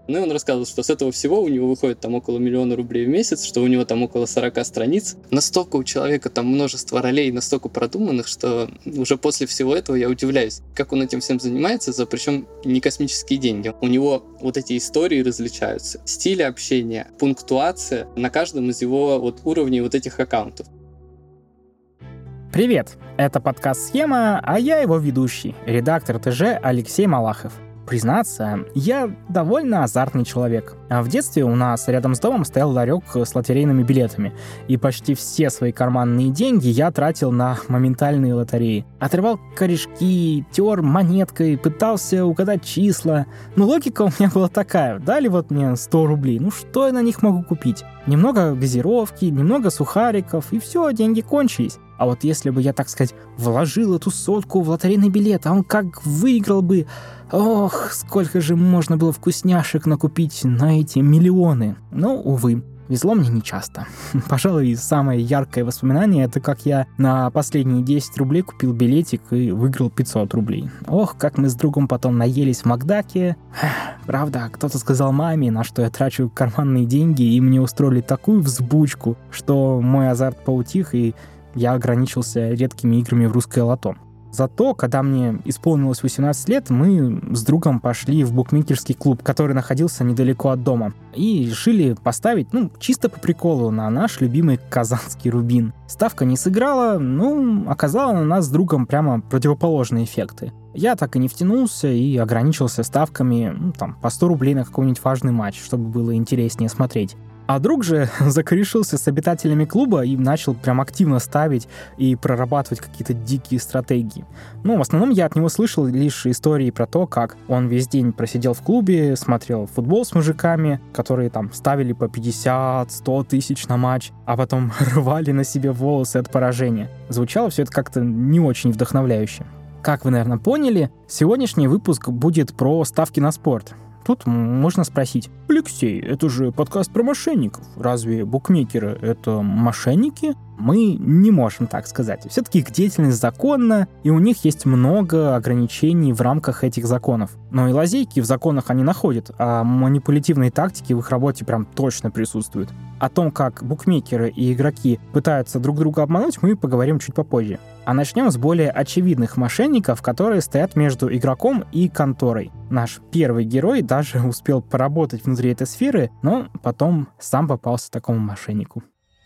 Ну и он рассказывал, что с этого всего у него выходит там около 1 000 000 рублей в месяц, что у него там около 40 страниц. Настолько у человека там множество ролей, настолько продуманных, что уже после всего этого я удивляюсь, как он этим всем занимается, за причем не космические деньги. У него вот эти истории различаются, стиль общения, пунктуация на каждом из его вот уровней вот этих аккаунтов. Привет, это подкаст «Схема», а я его ведущий, редактор ТЖ Алексей Малахов. Признаться, я довольно азартный человек. В детстве у нас рядом с домом стоял ларек с лотерейными билетами, и почти все свои карманные деньги я тратил на моментальные лотереи. Отрывал корешки, тер монеткой, пытался угадать числа. Но логика у меня была такая: дали вот мне 100 рублей, ну что я на них могу купить? Немного газировки, немного сухариков, и все, деньги кончились. А вот если бы я, так сказать, вложил эту 100 в лотерейный билет, а он как выиграл бы... Ох, сколько же можно было вкусняшек накупить на эти миллионы. Но, увы, везло мне нечасто. Пожалуй, самое яркое воспоминание — это как я на последние 10 рублей купил билетик и выиграл 500 рублей. Ох, как мы с другом потом наелись в Макдаке. Правда, кто-то сказал маме, на что я трачу карманные деньги, и мне устроили такую взбучку, что мой азарт поутих, и я ограничился редкими играми в русское лото. Зато, когда мне исполнилось 18 лет, мы с другом пошли в букмекерский клуб, который находился недалеко от дома, и решили поставить, чисто по приколу, на наш любимый казанский рубин. Ставка не сыграла, оказала на нас с другом прямо противоположные эффекты. Я так и не втянулся и ограничился ставками, по 100 рублей на какой-нибудь важный матч, чтобы было интереснее смотреть. А друг же закорешился с обитателями клуба и начал прям активно ставить и прорабатывать какие-то дикие стратегии. В основном я от него слышал лишь истории про то, как он весь день просидел в клубе, смотрел футбол с мужиками, которые там ставили по 50-100 тысяч на матч, а потом рвали на себе волосы от поражения. Звучало все это как-то не очень вдохновляюще. Как вы, наверное, поняли, сегодняшний выпуск будет про ставки на спорт. Тут можно спросить: Алексей, это же подкаст про мошенников. Разве букмекеры — это мошенники? Мы не можем так сказать. Все-таки их деятельность законна, и у них есть много ограничений в рамках этих законов. Но и лазейки в законах они находят, а манипулятивные тактики в их работе прям точно присутствуют. О том, как букмекеры и игроки пытаются друг друга обмануть, мы поговорим чуть попозже. А начнем с более очевидных мошенников, которые стоят между игроком и конторой. Наш первый герой даже успел поработать внутри этой сферы, но потом сам попался такому мошеннику.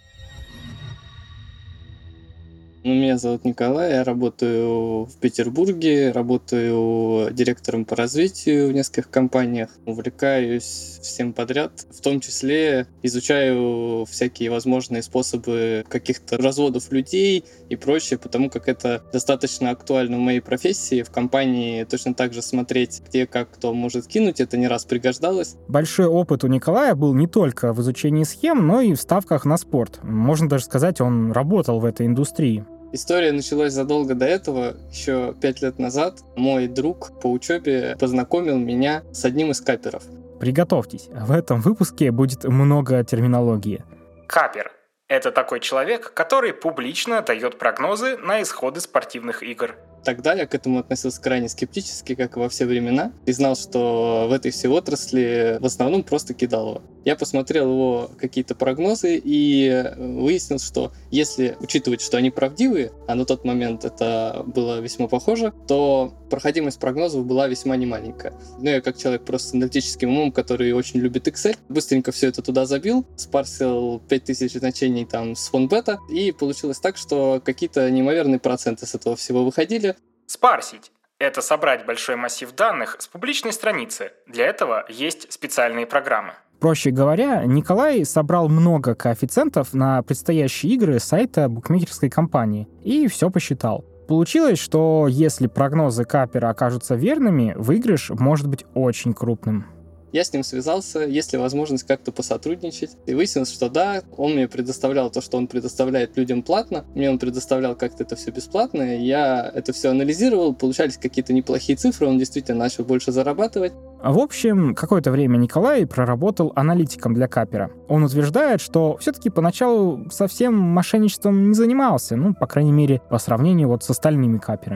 Меня зовут Николай, я работаю в Петербурге, работаю директором по развитию в нескольких компаниях, увлекаюсь всем подряд, в том числе изучаю всякие возможные способы каких-то разводов людей и прочее, потому как это достаточно актуально в моей профессии. В компании точно так же смотреть, где как кто может кинуть, это не раз пригождалось. Большой опыт у Николая был не только в изучении схем, но и в ставках на спорт. Можно даже сказать, он работал в этой индустрии. История началась задолго до этого. Еще 5 лет назад мой друг по учебе познакомил меня с одним из каперов. Приготовьтесь, в этом выпуске будет много терминологии. Капер – это такой человек, который публично дает прогнозы на исходы спортивных игр. Тогда я к этому относился крайне скептически, как и во все времена, и знал, что в этой всей отрасли в основном просто кидалово. Я посмотрел его какие-то прогнозы и выяснил, что если учитывать, что они правдивые, а на тот момент это было весьма похоже, то проходимость прогнозов была весьма немаленькая. Я как человек просто с аналитическим умом, который очень любит Excel, быстренько все это туда забил, спарсил 5000 значений там с фонбета, и получилось так, что какие-то неимоверные проценты с этого всего выходили. Спарсить – это собрать большой массив данных с публичной страницы. Для этого есть специальные программы. Проще говоря, Николай собрал много коэффициентов на предстоящие игры сайта букмекерской компании и все посчитал. Получилось, что если прогнозы капера окажутся верными, выигрыш может быть очень крупным. Я с ним связался, есть ли возможность как-то посотрудничать. И выяснилось, что да, он мне предоставлял то, что он предоставляет людям платно. Мне он предоставлял как-то это все бесплатно. Я это все анализировал, получались какие-то неплохие цифры, он действительно начал больше зарабатывать. В общем, какое-то время Николай проработал аналитиком для капера. Он утверждает, что все-таки поначалу совсем мошенничеством не занимался, по крайней мере, по сравнению с остальными каперами.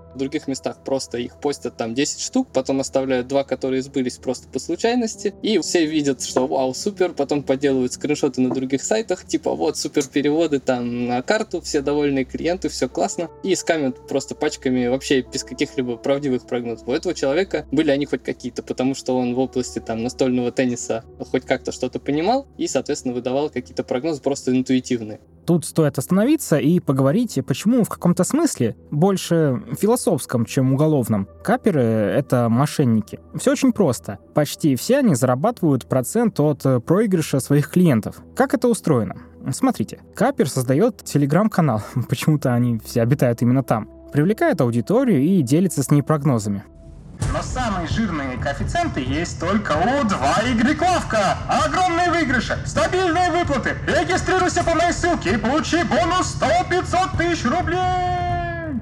В других местах просто их постят там 10 штук, потом оставляют 2, которые сбылись просто по случайности, и все видят, что вау, супер, потом поделывают скриншоты на других сайтах, типа вот супер переводы там на карту, все довольные клиенты, все классно, и скамят просто пачками вообще без каких-либо правдивых прогнозов. У этого человека были они хоть какие-то, потому что он в области там настольного тенниса хоть как-то что-то понимал и, соответственно, выдавал какие-то прогнозы просто интуитивные. Тут стоит остановиться и поговорить, почему в каком-то смысле, больше философском, чем уголовном, каперы — это мошенники. Все очень просто. Почти все они зарабатывают процент от проигрыша своих клиентов. Как это устроено? Смотрите, капер создает телеграм-канал, почему-то они все обитают именно там, привлекает аудиторию и делится с ней прогнозами. Но самые жирные коэффициенты есть только у 2Y Лавка. Огромные выигрыши, стабильные выплаты. Регистрируйся по моей ссылке и получи бонус 100-500 тысяч рублей.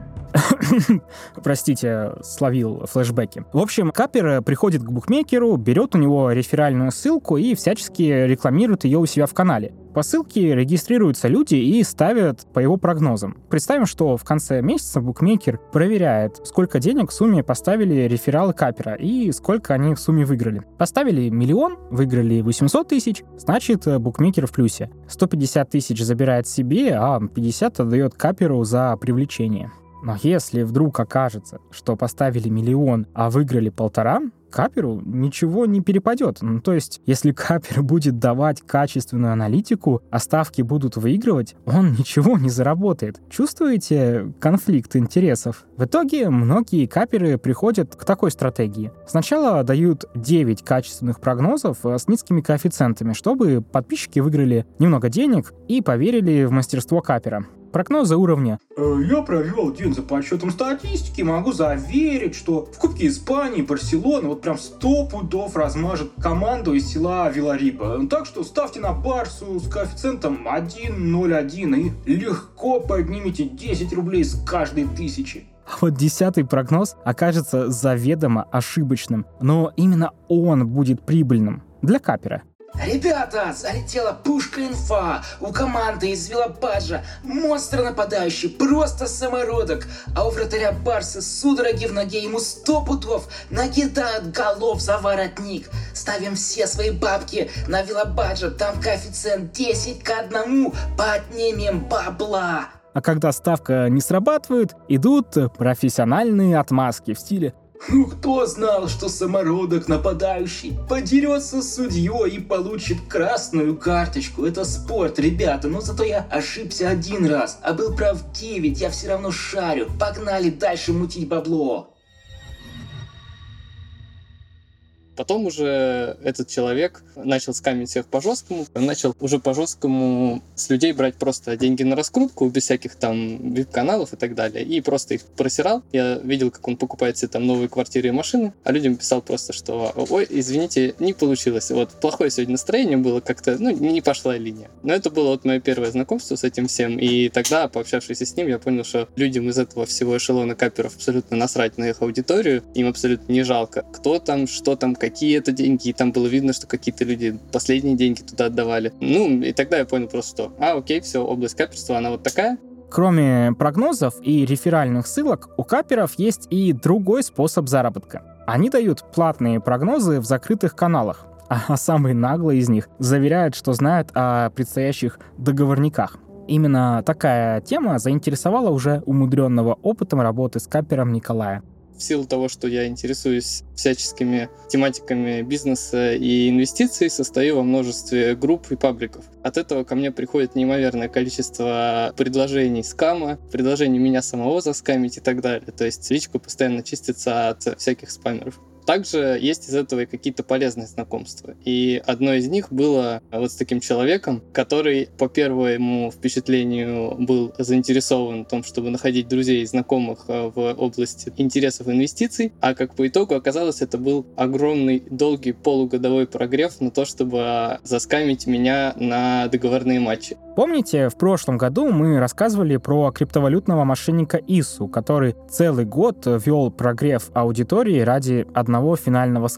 Простите, словил флешбеки. В общем, капер приходит к букмекеру, берет у него реферальную ссылку и всячески рекламирует ее у себя в канале. По ссылке регистрируются люди и ставят по его прогнозам. Представим, что в конце месяца букмекер проверяет, сколько денег в сумме поставили рефералы капера и сколько они в сумме выиграли. Поставили 1 миллион, выиграли 800 тысяч, значит, букмекер в плюсе. 150 тысяч забирает себе, а 50 отдает каперу за привлечение. Но если вдруг окажется, что поставили 1 миллион, а выиграли 1,5, каперу ничего не перепадет. То есть, если капер будет давать качественную аналитику, а ставки будут выигрывать, он ничего не заработает. Чувствуете конфликт интересов? В итоге многие каперы приходят к такой стратегии. Сначала дают 9 качественных прогнозов с низкими коэффициентами, чтобы подписчики выиграли немного денег и поверили в мастерство капера. Прогнозы уровня: я провел день за подсчетом статистики, могу заверить, что в Кубке Испании Барселона вот прям 100 пудов размажет команду из села Вилариба. Так что ставьте на Барсу с коэффициентом 1,01 и легко поднимите 10 рублей с каждой 1000. А вот 10-й прогноз окажется заведомо ошибочным, но именно он будет прибыльным для капера. Ребята, залетела пушка-инфа. У команды из Вилабаджа монстр нападающий, просто самородок. А у вратаря Барсы судороги в ноге, ему 100 пудов накидают голов за воротник. Ставим все свои бабки на Вилабаджа, там коэффициент 10:1, поднимем бабла. А когда ставка не срабатывает, идут профессиональные отмазки в стиле: ну кто знал, что самородок нападающий подерется с судьей и получит красную карточку? Это спорт, ребята, но зато я ошибся 1 раз, а был прав 9, я все равно шарю. Погнали дальше мутить бабло. Потом уже этот человек начал скамить всех по-жесткому, начал уже по-жесткому с людей брать просто деньги на раскрутку, без всяких там вип-каналов и так далее, и просто их просирал. Я видел, как он покупает себе там новые квартиры и машины, а людям писал просто, что ой, извините, не получилось, вот плохое сегодня настроение было, как-то, не пошла линия. Но это было вот мое первое знакомство с этим всем, и тогда, пообщавшись с ним, я понял, что людям из этого всего эшелона каперов абсолютно насрать на их аудиторию, им абсолютно не жалко, кто там, что там, какие это деньги, и там было видно, что какие-то люди последние деньги туда отдавали. И тогда я понял просто, что, окей, все, область каперства, она вот такая. Кроме прогнозов и реферальных ссылок, у каперов есть и другой способ заработка. Они дают платные прогнозы в закрытых каналах, а самые наглые из них заверяют, что знают о предстоящих договорниках. Именно такая тема заинтересовала уже умудренного опытом работы с капером Николая. В силу того, что я интересуюсь всяческими тематиками бизнеса и инвестиций, состою во множестве групп и пабликов. От этого ко мне приходит неимоверное количество предложений скама, предложений меня самого заскамить и так далее. То есть личка постоянно чистится от всяких спамеров. Также есть из этого и какие-то полезные знакомства. И одно из них было вот с таким человеком, который по первому впечатлению был заинтересован в том, чтобы находить друзей и знакомых в области интересов инвестиций, а как по итогу оказалось, это был огромный, долгий полугодовой прогрев на то, чтобы заскамить меня на договорные матчи. Помните, в прошлом году мы рассказывали про криптовалютного мошенника Ису, который целый год вел прогрев аудитории ради одного финального скама.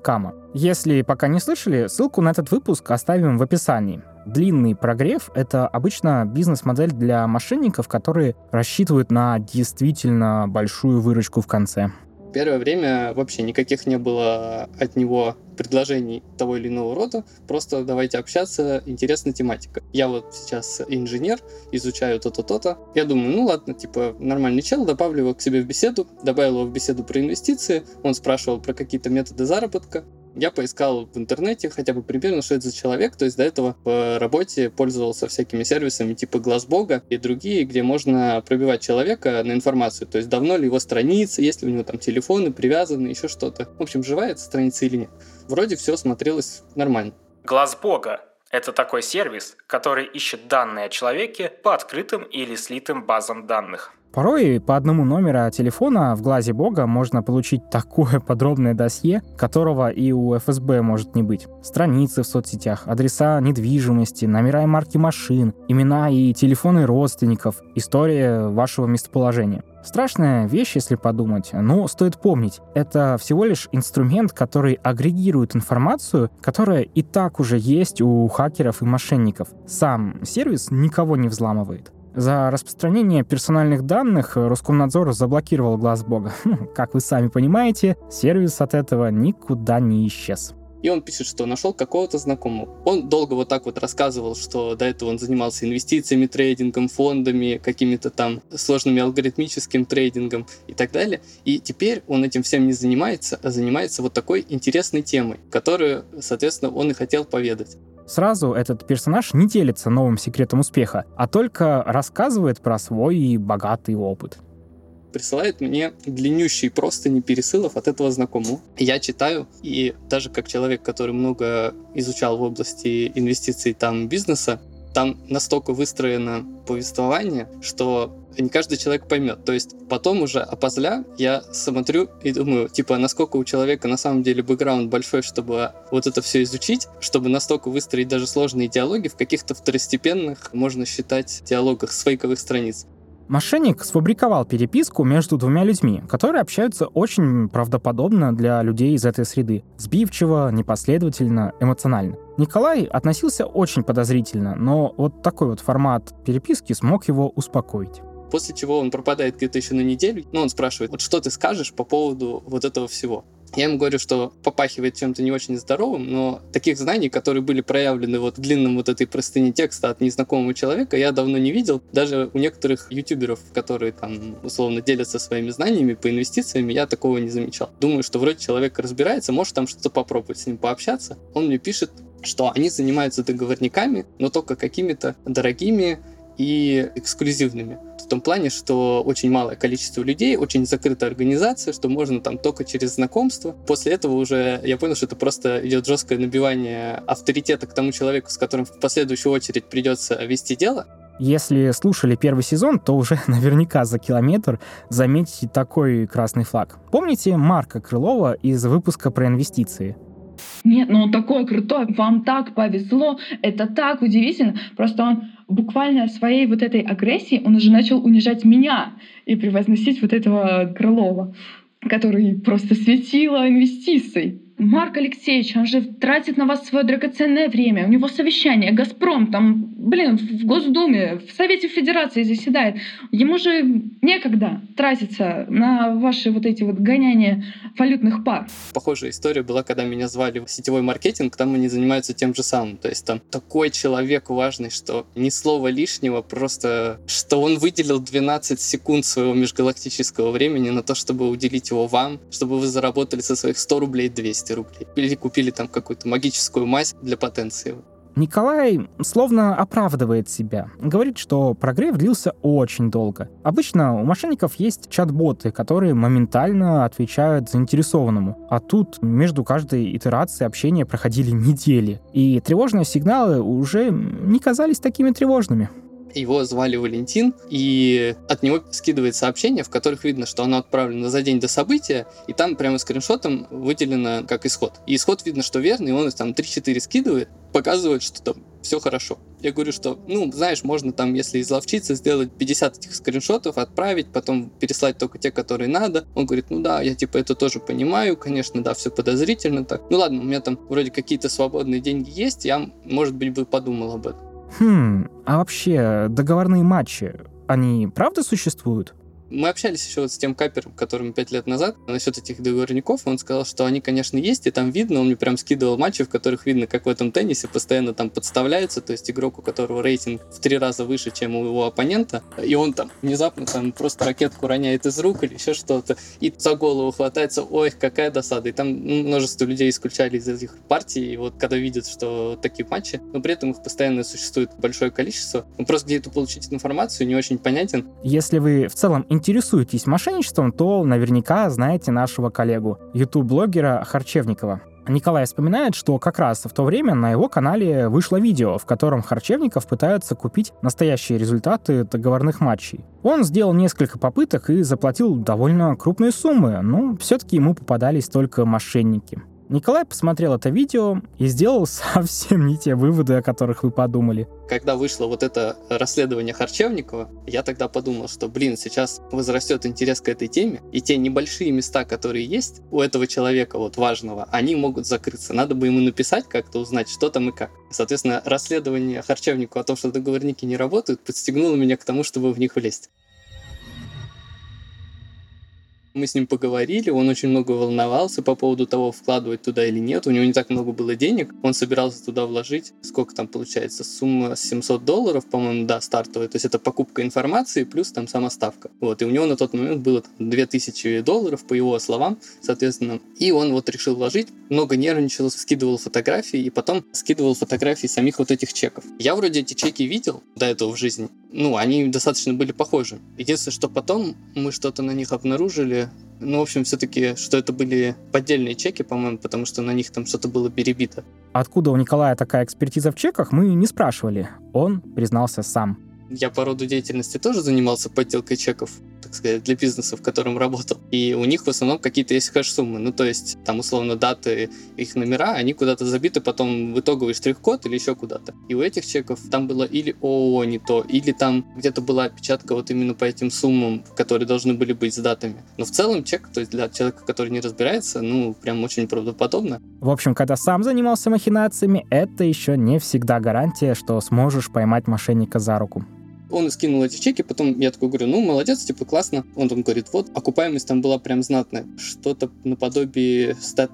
Если пока не слышали, ссылку на этот выпуск оставим в описании. Длинный прогрев — это обычно бизнес-модель для мошенников, которые рассчитывают на действительно большую выручку в конце. Первое время вообще никаких не было от него предложений того или иного рода, просто давайте общаться, интересная тематика. Я вот сейчас инженер, изучаю то-то, то-то. Я думаю, ну ладно, типа нормальный чел, добавлю его к себе в беседу, добавил его в беседу про инвестиции, он спрашивал про какие-то методы заработка. Я поискал в интернете хотя бы примерно, что это за человек, то есть до этого по работе пользовался всякими сервисами типа Глазбога и другие, где можно пробивать человека на информацию, то есть давно ли его страница, есть ли у него там телефоны привязаны, еще что-то. В общем, живая эта страница или нет. Вроде все смотрелось нормально. Глазбога – это такой сервис, который ищет данные о человеке по открытым или слитым базам данных. Порой по одному номеру телефона в глазе бога можно получить такое подробное досье, которого и у ФСБ может не быть. Страницы в соцсетях, адреса недвижимости, номера и марки машин, имена и телефоны родственников, история вашего местоположения. Страшная вещь, если подумать, но стоит помнить, это всего лишь инструмент, который агрегирует информацию, которая и так уже есть у хакеров и мошенников. Сам сервис никого не взламывает. За распространение персональных данных Роскомнадзор заблокировал Глазбога. Как вы сами понимаете, сервис от этого никуда не исчез. И он пишет, что нашел какого-то знакомого. Он долго вот так вот рассказывал, что до этого он занимался инвестициями, трейдингом, фондами, какими-то там сложными алгоритмическим трейдингом и так далее. И теперь он этим всем не занимается, а занимается вот такой интересной темой, которую, соответственно, он и хотел поведать. Сразу этот персонаж не делится новым секретом успеха, а только рассказывает про свой богатый опыт. Присылает мне длиннющие простыни пересылов от этого знакомого. Я читаю, и даже как человек, который много изучал в области инвестиций там бизнеса, там настолько выстроено повествование, что не каждый человек поймет. То есть потом уже опосля я смотрю и думаю, типа, насколько у человека на самом деле бэкграунд большой, чтобы вот это все изучить, чтобы настолько выстроить даже сложные диалоги в каких-то второстепенных, можно считать, диалогах с фейковых страниц. Мошенник сфабриковал переписку между двумя людьми, которые общаются очень правдоподобно для людей из этой среды. Сбивчиво, непоследовательно, эмоционально. Николай относился очень подозрительно, но вот такой вот формат переписки смог его успокоить. После чего он пропадает где-то еще на неделю, но он спрашивает, вот что ты скажешь по поводу вот этого всего? Я ему говорю, что попахивает чем-то не очень здоровым, но таких знаний, которые были проявлены вот в длинном вот этой простыне текста от незнакомого человека, я давно не видел. Даже у некоторых ютуберов, которые там условно делятся своими знаниями по инвестициям, я такого не замечал. Думаю, что вроде человек разбирается, может там что-то попробовать с ним пообщаться. Он мне пишет, что они занимаются договорниками, но только какими-то дорогими и эксклюзивными. В том плане, что очень малое количество людей, очень закрытая организация, что можно там только через знакомство. После этого уже я понял, что это просто идет жесткое набивание авторитета к тому человеку, с которым в последующую очередь придется вести дело. Если слушали первый сезон, то уже наверняка за километр заметите такой красный флаг. Помните Марка Крылова из выпуска про инвестиции? Нет, ну он такой крутой, вам так повезло, это так удивительно. Просто он буквально своей вот этой агрессией, он уже начал унижать меня и превозносить вот этого Крылова, который просто светило инвестиций. Марк Алексеевич, он же тратит на вас свое драгоценное время. У него совещание, Газпром там, в Госдуме, в Совете Федерации заседает. Ему же некогда тратиться на ваши вот эти вот гоняния валютных пар. Похожая история была, когда меня звали в сетевой маркетинг, там они занимаются тем же самым. То есть там такой человек важный, что ни слова лишнего, просто что он выделил 12 секунд своего межгалактического времени на то, чтобы уделить его вам, чтобы вы заработали со своих 100 рублей 200 рублей. Или купили там какую-то магическую мазь для потенции. Николай словно оправдывает себя. Говорит, что прогрев длился очень долго. Обычно у мошенников есть чат-боты, которые моментально отвечают заинтересованному. А тут между каждой итерацией общения проходили недели. И тревожные сигналы уже не казались такими тревожными. Его звали Валентин, и от него скидывает сообщения, в которых видно, что оно отправлено за день до события, и там прямо скриншотом выделено как исход. И исход видно, что верный, и он там 3-4 скидывает, показывает, что там все хорошо. Я говорю, что, знаешь, можно там, если изловчиться, сделать 50 этих скриншотов, отправить, потом переслать только те, которые надо. Он говорит, да, я это тоже понимаю, конечно, да, все подозрительно так. Ладно, у меня там вроде какие-то свободные деньги есть, я, может быть, бы подумал об этом. А вообще договорные матчи, они правда существуют? Мы общались еще с тем капером, которым 5 лет назад, насчет этих договорников. Он сказал, что они, конечно, есть, и там видно. Он мне прям скидывал матчи, в которых видно, как в этом теннисе постоянно там подставляются, то есть игрок, у которого рейтинг в 3 раза выше, чем у его оппонента, и он там внезапно там просто ракетку роняет из рук или еще что-то, и за голову хватается, ой, какая досада. И там множество людей исключали из этих партий, и вот когда видят, что такие матчи, но при этом их постоянно существует большое количество. Просто где-то получить информацию не очень понятен. Если вы в целом интересуетесь мошенничеством, то наверняка знаете нашего коллегу, YouTube-блогера Харчевникова. Николай вспоминает, что как раз в то время на его канале вышло видео, в котором Харчевников пытается купить настоящие результаты договорных матчей. Он сделал несколько попыток и заплатил довольно крупные суммы, но все-таки ему попадались только мошенники. Николай посмотрел это видео и сделал совсем не те выводы, о которых вы подумали. Когда вышло вот это расследование Харчевникова, я тогда подумал, что, сейчас возрастет интерес к этой теме, и те небольшие места, которые есть у этого человека важного, они могут закрыться. Надо бы ему написать как-то, узнать, что там и как. Соответственно, расследование Харчевникова о том, что договорники не работают, подстегнуло меня к тому, чтобы в них влезть. Мы с ним поговорили, он очень много волновался по поводу того, вкладывать туда или нет. У него не так много было денег, он собирался туда вложить. Сколько там получается? Сумма $700, по-моему, да, стартовая. То есть это покупка информации плюс там сама ставка. И у него на тот момент было $2000, по его словам, соответственно. И он решил вложить, много нервничал, скидывал фотографии, и потом скидывал фотографии самих этих чеков. Я вроде эти чеки видел до этого в жизни. Они достаточно были похожи. Единственное, что потом мы что-то на них обнаружили. В общем, все-таки, что это были поддельные чеки, по-моему, потому что на них там что-то было перебито. Откуда у Николая такая экспертиза в чеках, мы не спрашивали. Он признался сам. Я по роду деятельности тоже занимался подделкой чеков, так сказать, для бизнеса, в котором работал. И у них в основном какие-то есть хэш-суммы. То есть, там, условно, даты, их номера, они куда-то забиты потом в итоговый штрих-код или еще куда-то. И у этих чеков там было или ООО не то, или там где-то была опечатка именно по этим суммам, которые должны были быть с датами. Но в целом чек, то есть для человека, который не разбирается, прям очень правдоподобно. В общем, когда сам занимался махинациями, это еще не всегда гарантия, что сможешь поймать мошенника за руку. Он скинул эти чеки, потом я такой говорю, молодец, молодец, классно. Он говорит, окупаемость там была прям знатная. Что-то наподобие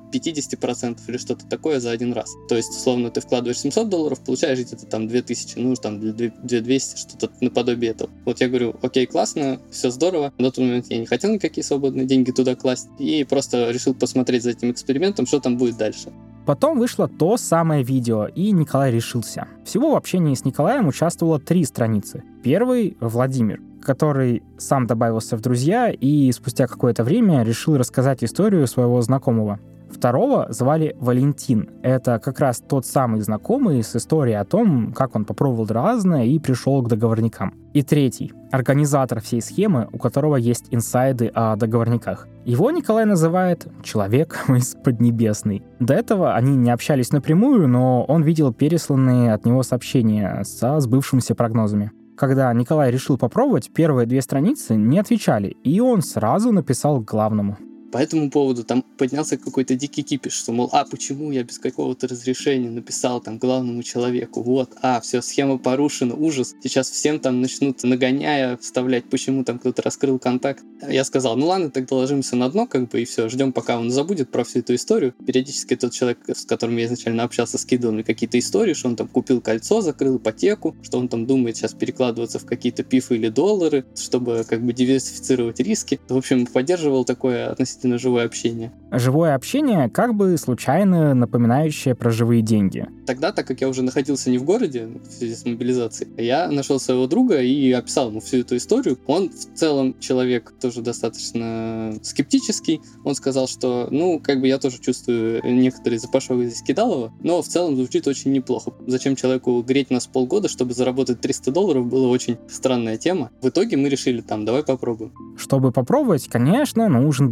150% или что-то такое за один раз. То есть, условно, ты вкладываешь $700, получаешь где-то там 2000, там 2200, что-то наподобие этого. Я говорю, окей, классно, все здорово. На тот момент я не хотел никакие свободные деньги туда класть. И просто решил посмотреть за этим экспериментом, что там будет дальше. Потом вышло то самое видео, и Николай решился. Всего в общении с Николаем участвовало 3 страницы. Первый — Владимир, который сам добавился в друзья и спустя какое-то время решил рассказать историю своего знакомого. Второго звали Валентин. Это как раз тот самый знакомый с историей о том, как он попробовал разное и пришел к договорникам. И третий — организатор всей схемы, у которого есть инсайды о договорниках. Его Николай называет «человек из Поднебесной». До этого они не общались напрямую, но он видел пересланные от него сообщения со сбывшимися прогнозами. Когда Николай решил попробовать, первые 2 страницы не отвечали, и он сразу написал к главному. По этому поводу там поднялся какой-то дикий кипиш, что, почему я без какого-то разрешения написал там главному человеку, все, схема порушена, ужас, сейчас всем там начнут, нагоняя, вставлять, почему там кто-то раскрыл контакт. Я сказал, ладно, тогда ложимся на дно, и все, ждем, пока он забудет про всю эту историю. Периодически тот человек, с которым я изначально общался, скидывал мне какие-то истории, что он там купил кольцо, закрыл ипотеку, что он там думает сейчас перекладываться в какие-то пифы или доллары, чтобы диверсифицировать риски. В общем, поддерживал такое относительно живое общение. Живое общение, случайно напоминающее про живые деньги. Тогда, так как я уже находился не в городе в связи с мобилизацией, я нашел своего друга и описал ему всю эту историю. Он в целом человек тоже достаточно скептический. Он сказал, что, я тоже чувствую некоторые запашок здесь кидалово, но в целом звучит очень неплохо. Зачем человеку греть нас полгода, чтобы заработать $300, была очень странная тема. В итоге мы решили, давай попробуем. Чтобы попробовать, конечно, нужен был перевод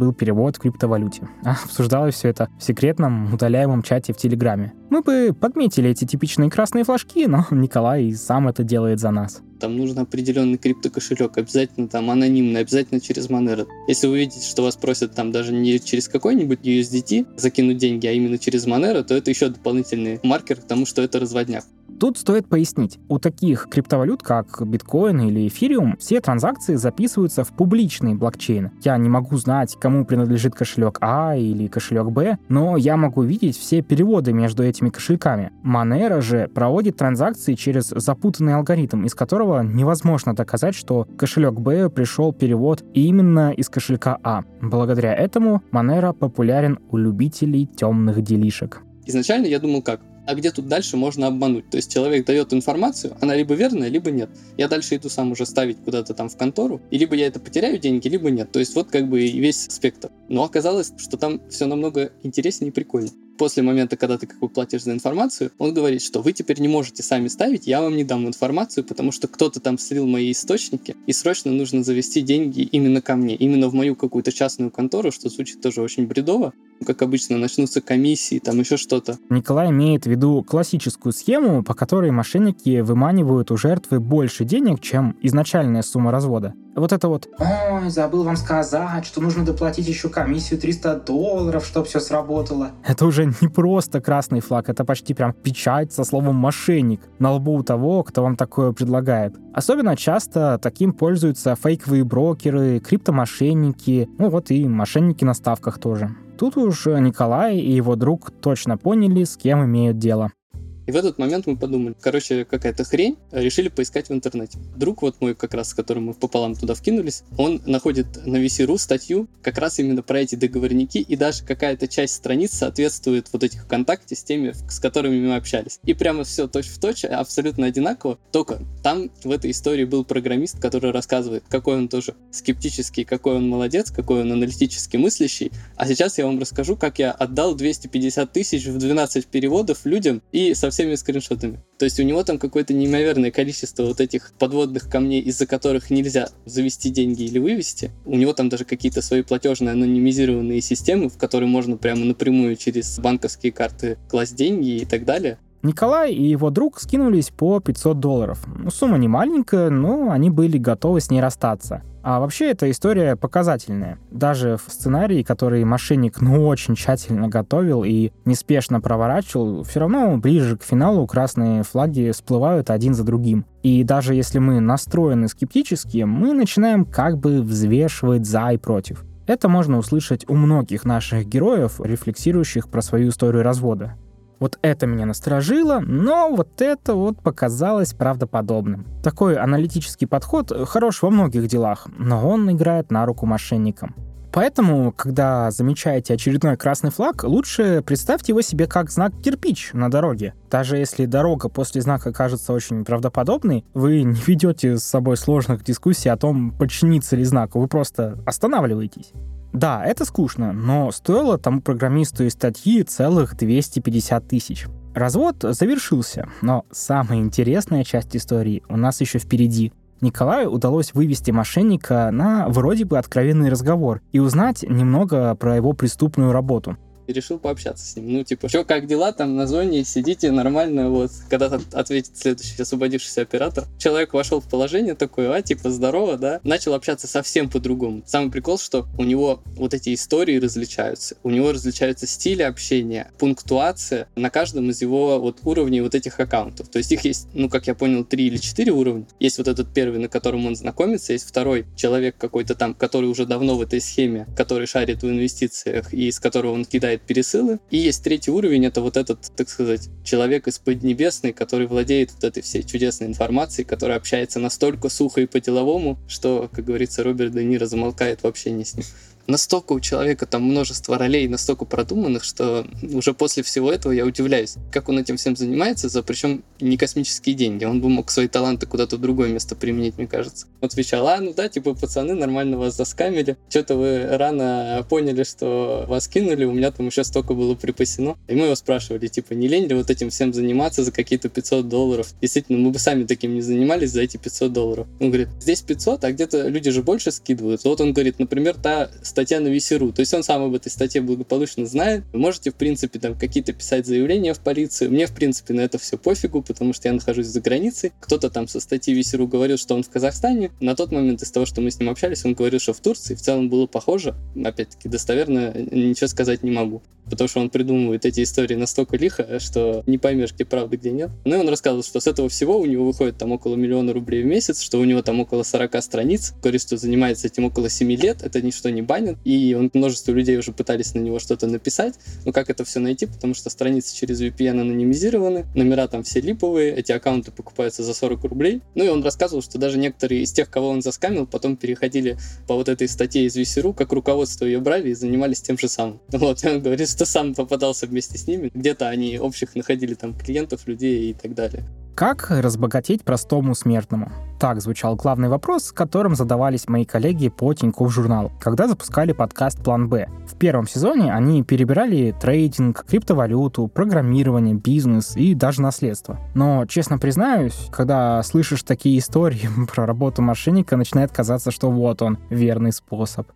перевод в криптовалюте. А обсуждалось все это в секретном удаляемом чате в Телеграме. Мы бы подметили эти типичные красные флажки, но Николай и сам это делает за нас. Там нужен определенный криптокошелек, обязательно там анонимный, обязательно через Monero. Если вы видите, что вас просят там даже не через какой-нибудь USDT закинуть деньги, а именно через Monero, то это еще дополнительный маркер к тому, что это разводняк. Тут стоит пояснить, у таких криптовалют, как биткоин или эфириум, все транзакции записываются в публичный блокчейн. Я не могу знать, кому принадлежит кошелек А или кошелек Б, но я могу видеть все переводы между этими кошельками. Monero же проводит транзакции через запутанный алгоритм, из которого невозможно доказать, что кошелек Б пришел перевод именно из кошелька А. Благодаря этому Monero популярен у любителей темных делишек. Изначально я думал как? А где тут дальше можно обмануть? То есть человек дает информацию, она либо верная, либо нет. Я дальше иду сам уже ставить куда-то там в контору, и либо я это потеряю деньги, либо нет. То есть вот как бы и весь спектр. Но оказалось, что там все намного интереснее и прикольнее. После момента, когда ты как бы платишь за информацию, он говорит, что вы теперь не можете сами ставить, я вам не дам информацию, потому что кто-то там слил мои источники, и срочно нужно завести деньги именно ко мне, именно в мою какую-то частную контору, что звучит тоже очень бредово. Как обычно, начнутся комиссии, там еще что-то. Николай имеет в виду классическую схему, по которой мошенники выманивают у жертвы больше денег, чем изначальная сумма развода. Вот это вот. Ой, забыл вам сказать, что нужно доплатить еще комиссию $300, чтобы все сработало. Это уже не просто красный флаг, это почти прям печать со словом «мошенник» на лбу у того, кто вам такое предлагает. Особенно часто таким пользуются фейковые брокеры, криптомошенники, ну вот и мошенники на ставках тоже. Тут уж Николай и его друг точно поняли, с кем имеют дело. И в этот момент мы подумали, какая-то хрень, решили поискать в интернете. Друг вот мой, как раз с которым мы пополам туда вкинулись, он находит на VC.ru статью как раз именно про эти договорники, и даже какая-то часть страниц соответствует вот этих ВКонтакте с теми, с которыми мы общались. И прямо все точь-в-точь, абсолютно одинаково, только там в этой истории был программист, который рассказывает, какой он тоже скептический, какой он молодец, какой он аналитически мыслящий. А сейчас я вам расскажу, как я отдал 250 тысяч в 12 переводов людям и со всеми скриншотами. То есть у него там какое-то неимоверное количество вот этих подводных камней, из-за которых нельзя завести деньги или вывести. У него там даже какие-то свои платежные анонимизированные системы, в которые можно прямо напрямую через банковские карты класть деньги и так далее. Николай и его друг скинулись по $500. Сумма не маленькая, но они были готовы с ней расстаться. А вообще эта история показательная. Даже в сценарии, который мошенник очень тщательно готовил и неспешно проворачивал, все равно ближе к финалу красные флаги всплывают один за другим. И даже если мы настроены скептически, мы начинаем как бы взвешивать за и против. Это можно услышать у многих наших героев, рефлексирующих про свою историю развода. Вот это меня насторожило, но вот это вот показалось правдоподобным. Такой аналитический подход хорош во многих делах, но он играет на руку мошенникам. Поэтому, когда замечаете очередной красный флаг, лучше представьте его себе как знак кирпич на дороге. Даже если дорога после знака кажется очень правдоподобной, вы не ведете с собой сложных дискуссий о том, подчиниться ли знаку, вы просто останавливаетесь. Да, это скучно, но стоило тому программисту из статьи целых 250 тысяч. Развод завершился, но самая интересная часть истории у нас еще впереди. Николаю удалось вывести мошенника на вроде бы откровенный разговор и узнать немного про его преступную работу. И решил пообщаться с ним. Чё, как дела там на зоне, сидите нормально, вот. Когда ответит следующий освободившийся оператор. Человек вошел в положение такое, здорово, да. Начал общаться совсем по-другому. Самый прикол, что у него вот эти истории различаются. У него различаются стили общения, пунктуация на каждом из его вот уровней вот этих аккаунтов. То есть их есть, как я понял, 3 или 4 уровня. Есть вот этот первый, на котором он знакомится, есть второй человек какой-то там, который уже давно в этой схеме, который шарит в инвестициях и из которого он кидает пересылы. И есть третий уровень, это вот этот, так сказать, человек из Поднебесной, который владеет вот этой всей чудесной информацией, который общается настолько сухо и по-деловому, что, как говорится, Роберт Де Ниро замолкает в общении с ним. Настолько у человека там множество ролей, настолько продуманных, что уже после всего этого я удивляюсь, как он этим всем занимается, за причем не космические деньги. Он бы мог свои таланты куда-то в другое место применить, мне кажется. Отвечал, пацаны, нормально вас заскамили. Что-то вы рано поняли, что вас кинули, у меня там еще столько было припасено. И мы его спрашивали, не лень ли вот этим всем заниматься за какие-то $500? Действительно, мы бы сами таким не занимались за эти $500. Он говорит, здесь 500, а где-то люди же больше скидывают. Вот он говорит, например, та статья на Весеру. То есть он сам об этой статье благополучно знает. Вы можете, в принципе, там какие-то писать заявления в полицию. Мне, в принципе, на это все пофигу, потому что я нахожусь за границей. Кто-то там со статьи Весеру говорил, что он в Казахстане. На тот момент из того, что мы с ним общались, он говорил, что в Турции. В целом было похоже. Опять-таки, достоверно ничего сказать не могу. Потому что он придумывает эти истории настолько лихо, что не поймешь, где правда, где нет. Ну и он рассказывал, что с этого всего у него выходит там около 1 миллиона рублей в месяц, что у него там около 40 страниц. Говорит, что занимается этим около 7 лет, это ничто не банит. И множество людей уже пытались на него что-то написать. Но как это все найти? Потому что страницы через VPN анонимизированы, номера там все липовые, эти аккаунты покупаются за 40 рублей. Ну и он рассказывал, что даже некоторые из тех, кого он заскамил, потом переходили по вот этой статье из Весеру, как руководство ее брали и занимались тем же самым. Вот, и он говорит, что сам попадался вместе с ними. Где-то они общих находили там клиентов, людей и так далее. Как разбогатеть простому смертному? Так звучал главный вопрос, с которым задавались мои коллеги по Тинькофф журналу, когда запускали подкаст «План Б». В первом сезоне они перебирали трейдинг, криптовалюту, программирование, бизнес и даже наследство. Но, честно признаюсь, когда слышишь такие истории про работу мошенника, начинает казаться, что вот он, верный способ.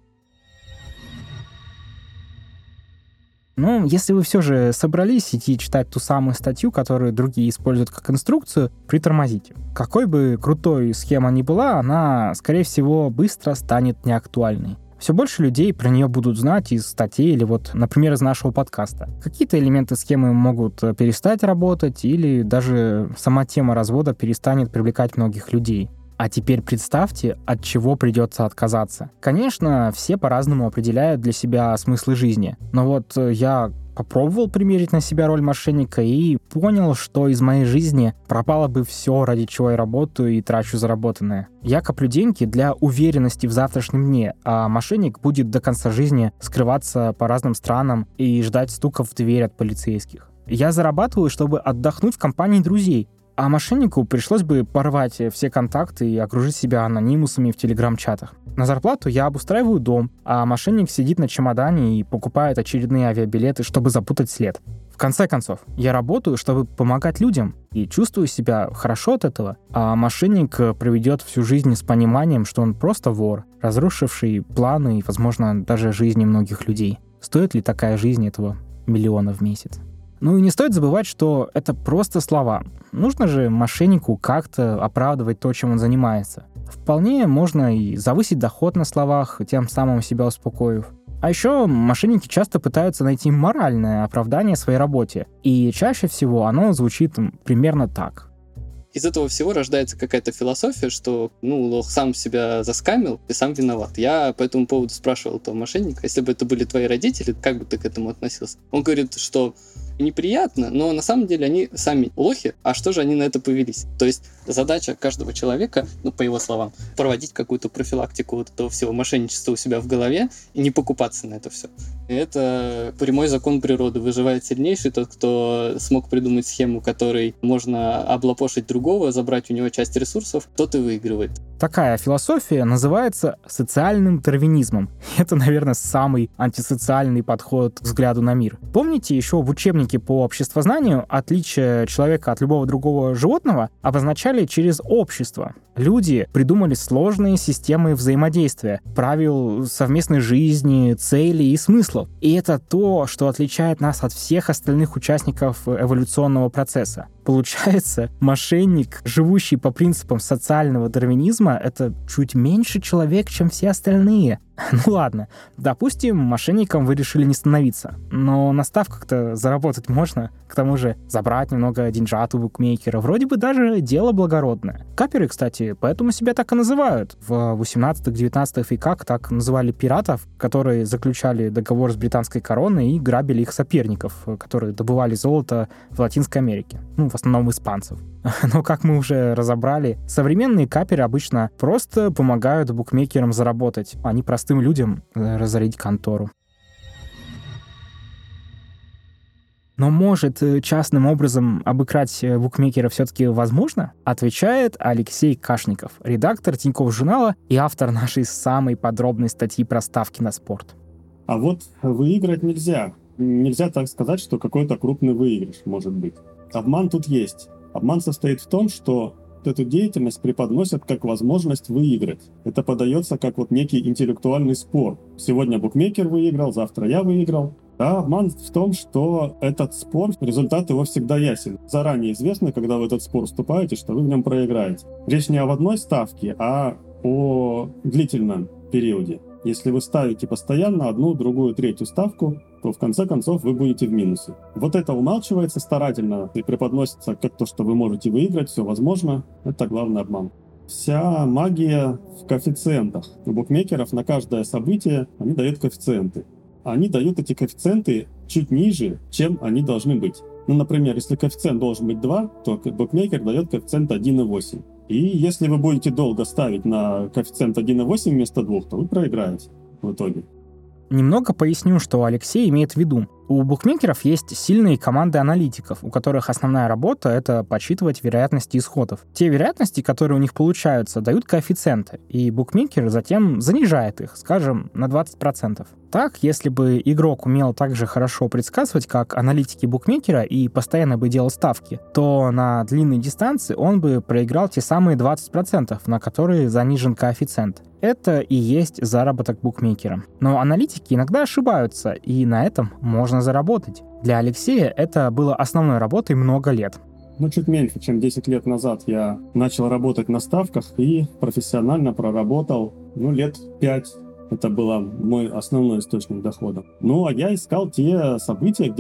Ну, если вы все же собрались идти читать ту самую статью, которую другие используют как инструкцию, притормозите. Какой бы крутой схема ни была, она, скорее всего, быстро станет неактуальной. Все больше людей про нее будут знать из статей или вот, например, из нашего подкаста. Какие-то элементы схемы могут перестать работать, или даже сама тема развода перестанет привлекать многих людей. А теперь представьте, от чего придется отказаться. Конечно, все по-разному определяют для себя смыслы жизни. Но вот я попробовал примерить на себя роль мошенника и понял, что из моей жизни пропало бы все, ради чего я работаю и трачу заработанное. Я коплю деньги для уверенности в завтрашнем дне, а мошенник будет до конца жизни скрываться по разным странам и ждать стуков в дверь от полицейских. Я зарабатываю, чтобы отдохнуть в компании друзей, а мошеннику пришлось бы порвать все контакты и окружить себя анонимусами в телеграм-чатах. На зарплату я обустраиваю дом, а мошенник сидит на чемодане и покупает очередные авиабилеты, чтобы запутать след. В конце концов, я работаю, чтобы помогать людям, и чувствую себя хорошо от этого, а мошенник проведет всю жизнь с пониманием, что он просто вор, разрушивший планы и, возможно, даже жизни многих людей. Стоит ли такая жизнь этого 1 миллиона в месяц? Ну и не стоит забывать, что это просто слова. Нужно же мошеннику как-то оправдывать то, чем он занимается. Вполне можно и завысить доход на словах, тем самым себя успокоив. А еще мошенники часто пытаются найти моральное оправдание своей работе. И чаще всего оно звучит примерно так. Из этого всего рождается какая-то философия, что, лох сам себя заскамил и сам виноват. Я по этому поводу спрашивал этого мошенника, если бы это были твои родители, как бы ты к этому относился? Он говорит, что неприятно, но на самом деле они сами лохи, а что же они на это повелись? То есть задача каждого человека, по его словам, проводить какую-то профилактику вот этого всего мошенничества у себя в голове и не покупаться на это все. И это прямой закон природы. Выживает сильнейший, тот, кто смог придумать схему, которой можно облапошить другого, забрать у него часть ресурсов, тот и выигрывает. Такая философия называется социальным дарвинизмом. Это, наверное, самый антисоциальный подход к взгляду на мир. Помните, еще в учебнике по обществознанию отличие человека от любого другого животного обозначали через общество. Люди придумали сложные системы взаимодействия, правил совместной жизни, целей и смыслов. И это то, что отличает нас от всех остальных участников эволюционного процесса. Получается, мошенник, живущий по принципам социального дарвинизма, это чуть меньше человек, чем все остальные. Ну ладно, допустим, мошенником вы решили не становиться, но на ставках-то заработать можно. К тому же забрать немного деньжат у букмекера вроде бы даже дело благородное. Каперы, кстати, поэтому себя так и называют. В 18-19 веках так называли пиратов, которые заключали договор с британской короной и грабили их соперников, которые добывали золото в Латинской Америке. В основном испанцев. Но, как мы уже разобрали, современные каперы обычно просто помогают букмекерам заработать, а не простым людям разорить контору. Но может частным образом обыграть букмекера все-таки возможно? Отвечает Алексей Кашников, редактор Тинькофф журнала и автор нашей самой подробной статьи про ставки на спорт. А вот выиграть нельзя. Нельзя так сказать, что какой-то крупный выигрыш может быть. Обман тут есть. Обман состоит в том, что эту деятельность преподносят как возможность выиграть. Это подается как вот некий интеллектуальный спор. Сегодня букмекер выиграл, завтра я выиграл. А обман в том, что этот спор, результат его всегда ясен. Заранее известно, когда в этот спор вступаете, что вы в нем проиграете. Речь не об одной ставке, а о длительном периоде. Если вы ставите постоянно одну, другую, третью ставку, то в конце концов вы будете в минусе. Вот это умалчивается старательно и преподносится как то, что вы можете выиграть, все возможно. Это главный обман. Вся магия в коэффициентах. У букмекеров на каждое событие они дают коэффициенты. Они дают эти коэффициенты чуть ниже, чем они должны быть. Ну, например, если коэффициент должен быть 2, то букмекер дает коэффициент 1,8. И если вы будете долго ставить на коэффициент 1,8 вместо 2, то вы проиграете в итоге. Немного поясню, что Алексей имеет в виду. У букмекеров есть сильные команды аналитиков, у которых основная работа — это подсчитывать вероятности исходов. Те вероятности, которые у них получаются, дают коэффициенты, и букмекер затем занижает их, скажем, на 20%. Так, если бы игрок умел так же хорошо предсказывать, как аналитики букмекера, и постоянно бы делал ставки, то на длинной дистанции он бы проиграл те самые 20%, на которые занижен коэффициент. Это и есть заработок букмекера. Но аналитики иногда ошибаются, и на этом можно заработать. Для Алексея это было основной работой много лет. Чуть меньше, чем 10 лет назад я начал работать на ставках и профессионально проработал, лет 5. Это был мой основной источник дохода. А я искал те события,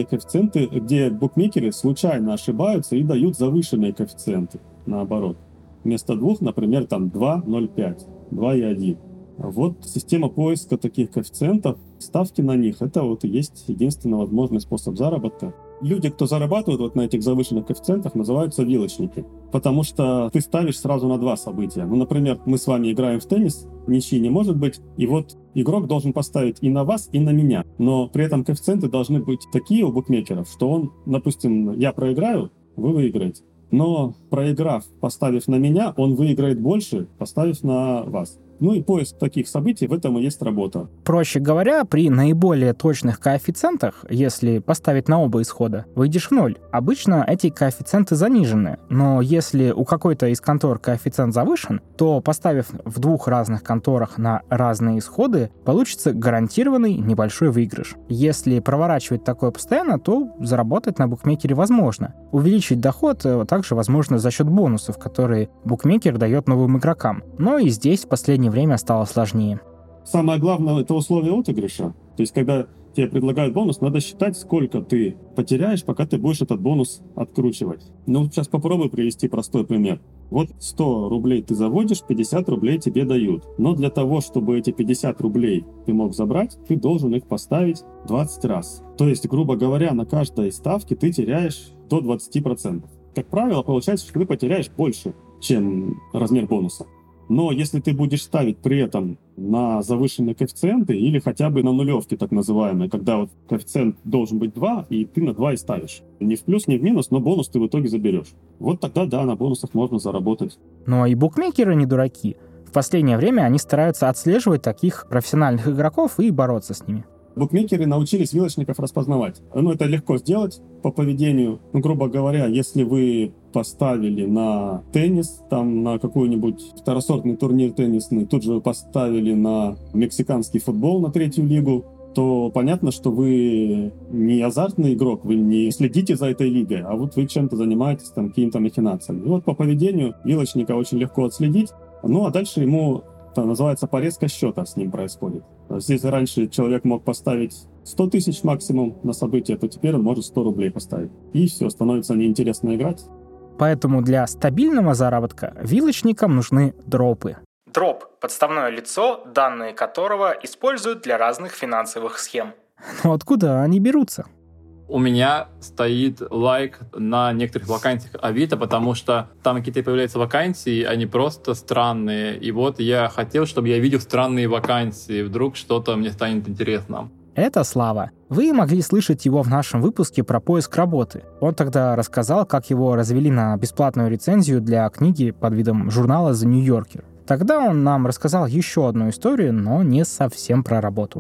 где букмекеры случайно ошибаются и дают завышенные коэффициенты, наоборот. Вместо 2, например, 2, 0,5, 2 и 1. Вот система поиска таких коэффициентов, ставки на них, это вот и есть единственный возможный способ заработка. Люди, кто зарабатывают на этих завышенных коэффициентах, называются вилочники. Потому что ты ставишь сразу на 2 события. Например, мы с вами играем в теннис, ничьи не может быть, и вот игрок должен поставить и на вас, и на меня. Но при этом коэффициенты должны быть такие у букмекеров, что он, допустим, я проиграю, вы выиграете. Но проиграв, поставив на меня, он выиграет больше, поставив на вас. И поиск таких событий, в этом и есть работа. Проще говоря, при наиболее точных коэффициентах, если поставить на оба исхода, выйдешь в 0. Обычно эти коэффициенты занижены, но если у какой-то из контор коэффициент завышен, то поставив в 2 разных конторах на разные исходы, получится гарантированный небольшой выигрыш. Если проворачивать такое постоянно, то заработать на букмекере возможно. Увеличить доход также возможно за счет бонусов, которые букмекер дает новым игрокам. Но и здесь в последнее время стало сложнее. Самое главное — это условие отыгрыша. То есть, когда тебе предлагают бонус, надо считать, сколько ты потеряешь, пока ты будешь этот бонус откручивать. Сейчас попробую привести простой пример. Вот 100 рублей ты заводишь, 50 рублей тебе дают. Но для того, чтобы эти 50 рублей ты мог забрать, ты должен их поставить 20 раз. То есть, грубо говоря, на каждой ставке ты теряешь до 20%. Как правило, получается, что ты потеряешь больше, чем размер бонуса. Но если ты будешь ставить при этом на завышенные коэффициенты или хотя бы на нулевки, так называемые, когда вот коэффициент должен быть 2, и ты на 2 и ставишь. Ни в плюс, ни в минус, но бонус ты в итоге заберешь. Вот тогда, да, на бонусах можно заработать. Но и букмекеры не дураки. В последнее время они стараются отслеживать таких профессиональных игроков и бороться с ними. Букмекеры научились вилочников распознавать. Это легко сделать по поведению. Грубо говоря, если вы поставили на теннис, на какой-нибудь второсортный турнир теннисный, тут же вы поставили на мексиканский футбол, на 3-ю лигу, то понятно, что вы не азартный игрок, вы не следите за этой лигой, а вот вы чем-то занимаетесь, какими-то махинациями. И вот по поведению вилочника очень легко отследить. А дальше ему, это называется, порезка счета с ним происходит. Если раньше человек мог поставить 100 тысяч максимум на событие, то теперь он может 100 рублей поставить. И все, становится неинтересно играть. Поэтому для стабильного заработка вилочникам нужны дропы. Дроп – подставное лицо, данные которого используют для разных финансовых схем. Но откуда они берутся? У меня стоит лайк на некоторых вакансиях Авито, потому что там какие-то появляются вакансии, они просто странные. И вот я хотел, чтобы я видел странные вакансии. Вдруг что-то мне станет интересно. Это Слава. Вы могли слышать его в нашем выпуске про поиск работы. Он тогда рассказал, как его развели на бесплатную рецензию для книги под видом журнала The New Yorker. Тогда он нам рассказал еще одну историю, но не совсем про работу.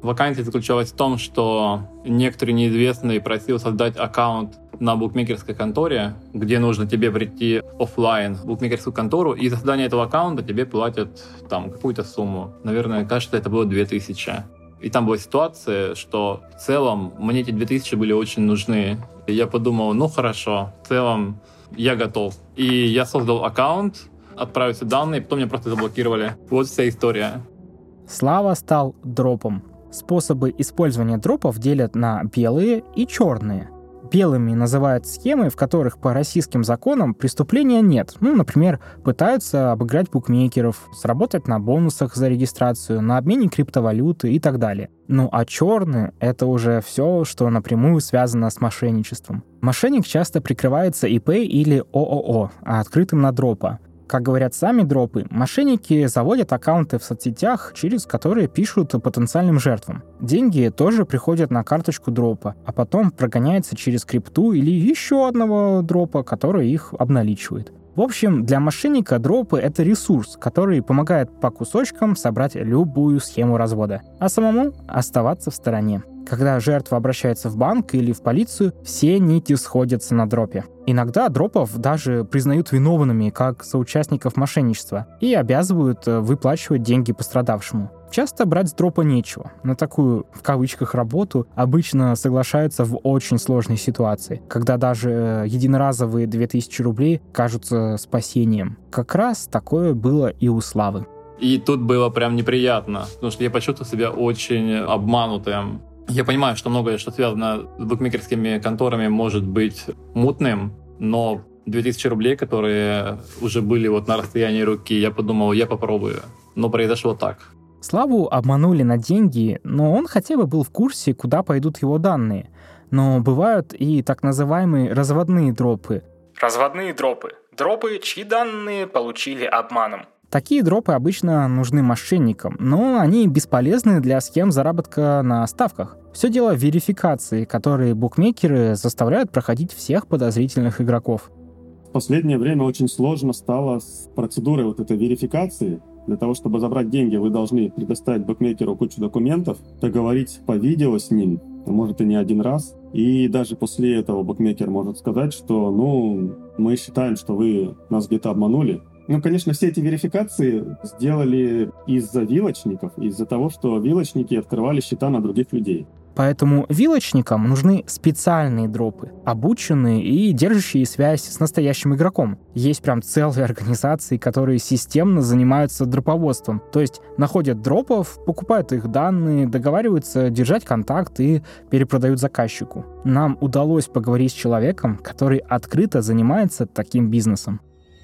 Вакансия заключалась в том, что некоторый неизвестный просил создать аккаунт на букмекерской конторе, где нужно тебе прийти офлайн в букмекерскую контору, и за создание этого аккаунта тебе платят там какую-то сумму. Наверное, кажется, это было 2000. И там была ситуация, что в целом мне эти 2000 были очень нужны. И я подумал, ну хорошо, в целом я готов. И я создал аккаунт, отправил все данные, потом меня просто заблокировали. Вот вся история. Слава стал дропом. Способы использования дропов делят на белые и черные. Белыми называют схемы, в которых по российским законам преступления нет. Например, пытаются обыграть букмекеров, сработать на бонусах за регистрацию, на обмене криптовалюты и так далее. А черные — это уже все, что напрямую связано с мошенничеством. Мошенник часто прикрывается ИП или ООО, открытым на дропа. Как говорят сами дропы, мошенники заводят аккаунты в соцсетях, через которые пишут потенциальным жертвам. Деньги тоже приходят на карточку дропа, а потом прогоняются через крипту или еще одного дропа, который их обналичивает. В общем, для мошенника дропы — это ресурс, который помогает по кусочкам собрать любую схему развода, а самому оставаться в стороне. Когда жертва обращается в банк или в полицию, все нити сходятся на дропе. Иногда дропов даже признают виновными как соучастников мошенничества и обязывают выплачивать деньги пострадавшему. Часто брать с дропа нечего. На такую, в кавычках, работу обычно соглашаются в очень сложной ситуации, когда даже единоразовые 2000 рублей кажутся спасением. Как раз такое было и у Славы. И тут было прям неприятно, потому что я почувствовал себя очень обманутым. Я понимаю, что многое, что связано с букмекерскими конторами, может быть мутным, но 2000 рублей, которые уже были на расстоянии руки, я подумал, я попробую. Но произошло так. Славу обманули на деньги, но он хотя бы был в курсе, куда пойдут его данные. Но бывают и так называемые разводные дропы. Разводные дропы. Дропы, чьи данные получили обманом. Такие дропы обычно нужны мошенникам, но они бесполезны для схем заработка на ставках. Все дело в верификации, которые букмекеры заставляют проходить всех подозрительных игроков. В последнее время очень сложно стало с процедурой этой верификации. Для того, чтобы забрать деньги, вы должны предоставить букмекеру кучу документов, договорить по видео с ним, может и не один раз. И даже после этого букмекер может сказать, что мы считаем, что вы нас где-то обманули. Конечно, все эти верификации сделали из-за вилочников, из-за того, что вилочники открывали счета на других людей. Поэтому вилочникам нужны специальные дропы, обученные и держащие связь с настоящим игроком. Есть прям целые организации, которые системно занимаются дроповодством. То есть находят дропов, покупают их данные, договариваются держать контакт и перепродают заказчику. Нам удалось поговорить с человеком, который открыто занимается таким бизнесом.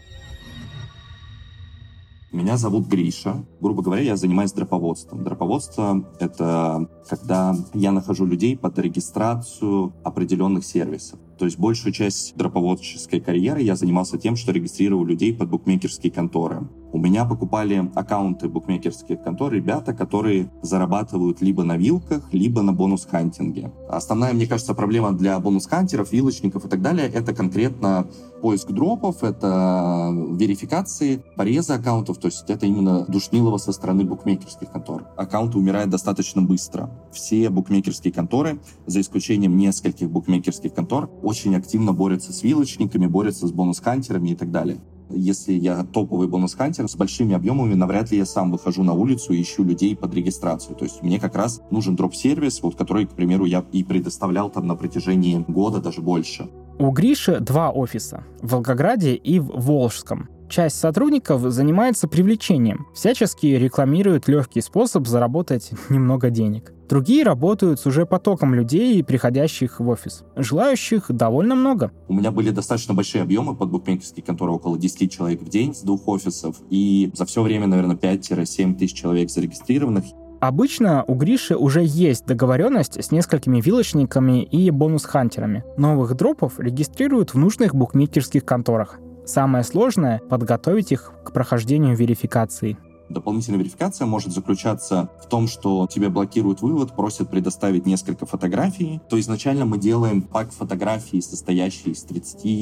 Меня зовут Гриша. Грубо говоря, я занимаюсь дроповодством. Дроповодство — это когда я нахожу людей под регистрацию определенных сервисов. То есть большую часть дроповодческой карьеры я занимался тем, что регистрировал людей под букмекерские конторы. У меня покупали аккаунты букмекерских контор ребята, которые зарабатывают либо на вилках, либо на бонус-хантинге. Основная, мне кажется, проблема для бонус-хантеров, вилочников и так далее — это конкретно поиск дропов, это верификации, порезы аккаунтов, то есть это именно душнилово со стороны букмекерских контор. Аккаунты умирают достаточно быстро. Все букмекерские конторы, за исключением нескольких букмекерских контор, очень активно борются с вилочниками, борются с бонус-хантерами и так далее. Если я топовый бонус-хантер с большими объемами, навряд ли я сам выхожу на улицу и ищу людей под регистрацию. То есть мне как раз нужен дроп-сервис, который, к примеру, я и предоставлял там на протяжении года, даже больше. У Гриши 2 офиса — в Волгограде и в Волжском. Часть сотрудников занимается привлечением, всячески рекламируют легкий способ заработать немного денег. Другие работают с уже потоком людей, приходящих в офис. Желающих довольно много. У меня были достаточно большие объемы под букмекерские конторы, около 10 человек в день с 2 офисов. И за все время, наверное, 5-7 тысяч человек зарегистрированных. Обычно у Гриши уже есть договоренность с несколькими вилочниками и бонус-хантерами. Новых дропов регистрируют в нужных букмекерских конторах. Самое сложное — подготовить их к прохождению верификации. Дополнительная верификация может заключаться в том, что тебе блокируют вывод, просят предоставить несколько фотографий. То изначально мы делаем пак фотографий, состоящий из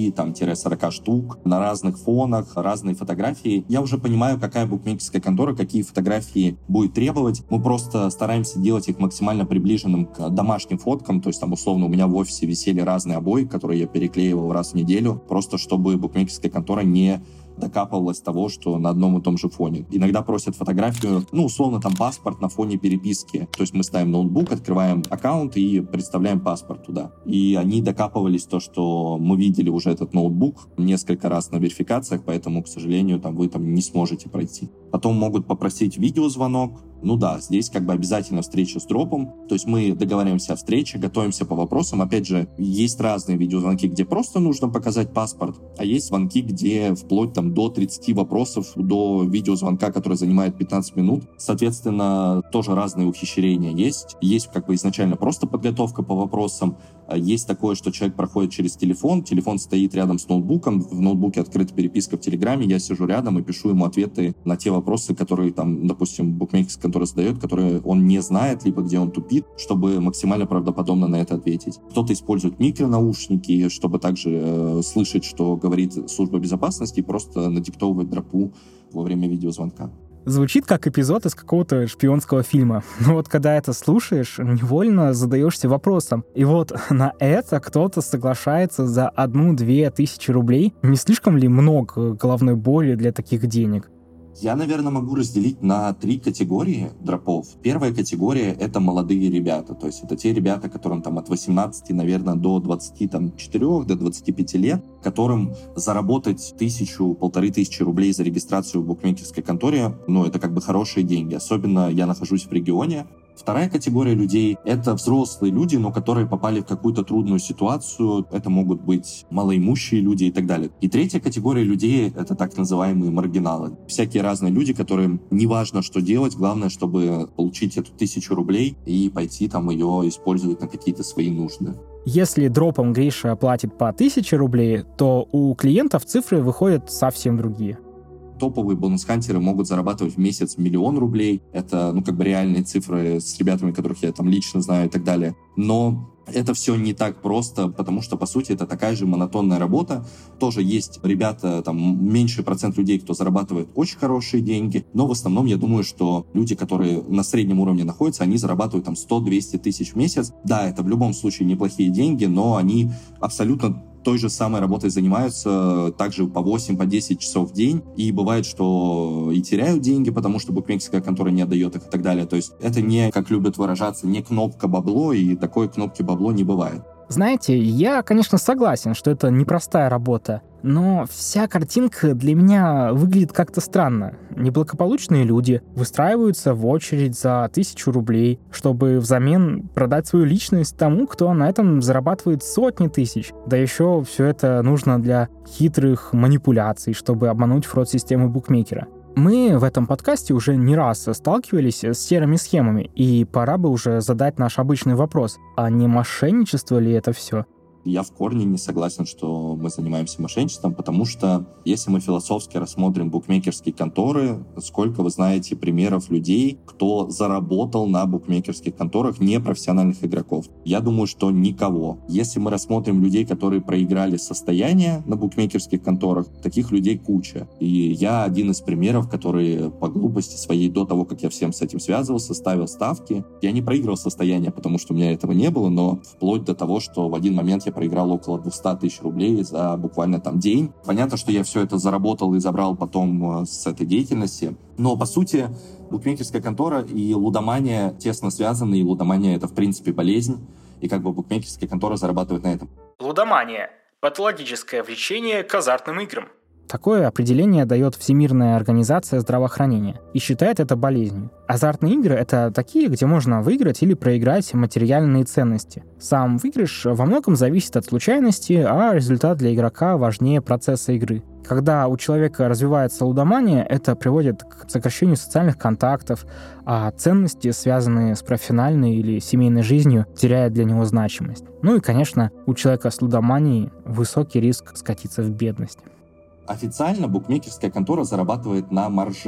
30-40 штук на разных фонах, разные фотографии. Я уже понимаю, какая букмекерская контора какие фотографии будет требовать. Мы просто стараемся делать их максимально приближенным к домашним фоткам. То есть там условно у меня в офисе висели разные обои, которые я переклеивал раз в неделю, просто чтобы букмекерская контора не докапывалась того, что на одном и том же фоне. Иногда просят фотографию, условно, там паспорт на фоне переписки. То есть мы ставим ноутбук, открываем аккаунт и представляем паспорт туда. И они докапывались то, что мы видели уже этот ноутбук несколько раз на верификациях, поэтому, к сожалению, вы не сможете пройти. Потом могут попросить видеозвонок. Здесь обязательно встреча с дропом. То есть мы договариваемся о встрече, готовимся по вопросам. Опять же, есть разные видеозвонки, где просто нужно показать паспорт, а есть звонки, где вплоть до 30 вопросов до видеозвонка, который занимает 15 минут. Соответственно, тоже разные ухищрения есть. Есть изначально просто подготовка по вопросам. Есть такое, что человек проходит через телефон стоит рядом с ноутбуком, в ноутбуке открыта переписка в Телеграме, я сижу рядом и пишу ему ответы на те вопросы, которые допустим, букмекерская контора задает, которые он не знает, либо где он тупит, чтобы максимально правдоподобно на это ответить. Кто-то использует микронаушники, чтобы также слышать, что говорит служба безопасности, и просто надиктовывать дропу во время видеозвонка. Звучит как эпизод из какого-то шпионского фильма. Но когда это слушаешь, невольно задаешься вопросом. И на это кто-то соглашается за 1-2 тысячи рублей. Не слишком ли много головной боли для таких денег? Я, наверное, могу разделить на 3 категории дропов. Первая категория — это молодые ребята. То есть это те ребята, которым от 18, наверное, до 24, до 25 лет, которым заработать 1000-1500 рублей за регистрацию в букмекерской конторе, это хорошие деньги. Особенно я нахожусь в регионе. Вторая категория людей — это взрослые люди, но которые попали в какую-то трудную ситуацию. Это могут быть малоимущие люди и так далее. И третья категория людей — это так называемые маргиналы. Всякие разные люди, которым не важно, что делать, главное, чтобы получить эту 1000 рублей и пойти ее использовать на какие-то свои нужды. Если дропом Гриша платит по 1000 рублей, то у клиентов цифры выходят совсем другие. Топовые бонус-хантеры могут зарабатывать в месяц 1 000 000 рублей. Это, реальные цифры с ребятами, которых я лично знаю и так далее. Но это все не так просто, потому что, по сути, это такая же монотонная работа. Тоже есть ребята, меньший процент людей, кто зарабатывает очень хорошие деньги, но в основном я думаю, что люди, которые на среднем уровне находятся, они зарабатывают 100-200 тысяч в месяц. Да, это в любом случае неплохие деньги, но они абсолютно той же самой работой занимаются также по 8-10 часов в день. И бывает, что и теряют деньги, потому что букмекерская контора не отдает их и так далее. То есть это не, как любят выражаться, не кнопка бабло, и такой кнопки бабло не бывает. Знаете, я, конечно, согласен, что это непростая работа, но вся картинка для меня выглядит как-то странно. Неблагополучные люди выстраиваются в очередь за 1000 рублей, чтобы взамен продать свою личность тому, кто на этом зарабатывает сотни тысяч. Да еще все это нужно для хитрых манипуляций, чтобы обмануть фрод-систему букмекера. Мы в этом подкасте уже не раз сталкивались с серыми схемами, и пора бы уже задать наш обычный вопрос: а не мошенничество ли это все? Я в корне не согласен, что мы занимаемся мошенничеством, потому что если мы философски рассмотрим букмекерские конторы, сколько вы знаете примеров людей, кто заработал на букмекерских конторах непрофессиональных игроков? Я думаю, что никого. Если мы рассмотрим людей, которые проиграли состояние на букмекерских конторах, таких людей куча. И я один из примеров, который по глупости своей, до того, как я всем с этим связывался, ставил ставки. Я не проиграл состояние, потому что у меня этого не было, но вплоть до того, что в один момент я проиграл около 200 тысяч рублей за буквально день. Понятно, что я все это заработал и забрал потом с этой деятельности. Но, по сути, букмекерская контора и лудомания тесно связаны, и лудомания — это, в принципе, болезнь. И букмекерская контора зарабатывает на этом. Лудомания – патологическое влечение к азартным играм. Такое определение дает Всемирная организация здравоохранения и считает это болезнью. Азартные игры — это такие, где можно выиграть или проиграть материальные ценности. Сам выигрыш во многом зависит от случайности, а результат для игрока важнее процесса игры. Когда у человека развивается лудомания, это приводит к сокращению социальных контактов, а ценности, связанные с профессиональной или семейной жизнью, теряют для него значимость. И, конечно, у человека с лудоманией высокий риск скатиться в бедность. Официально букмекерская контора зарабатывает на марже.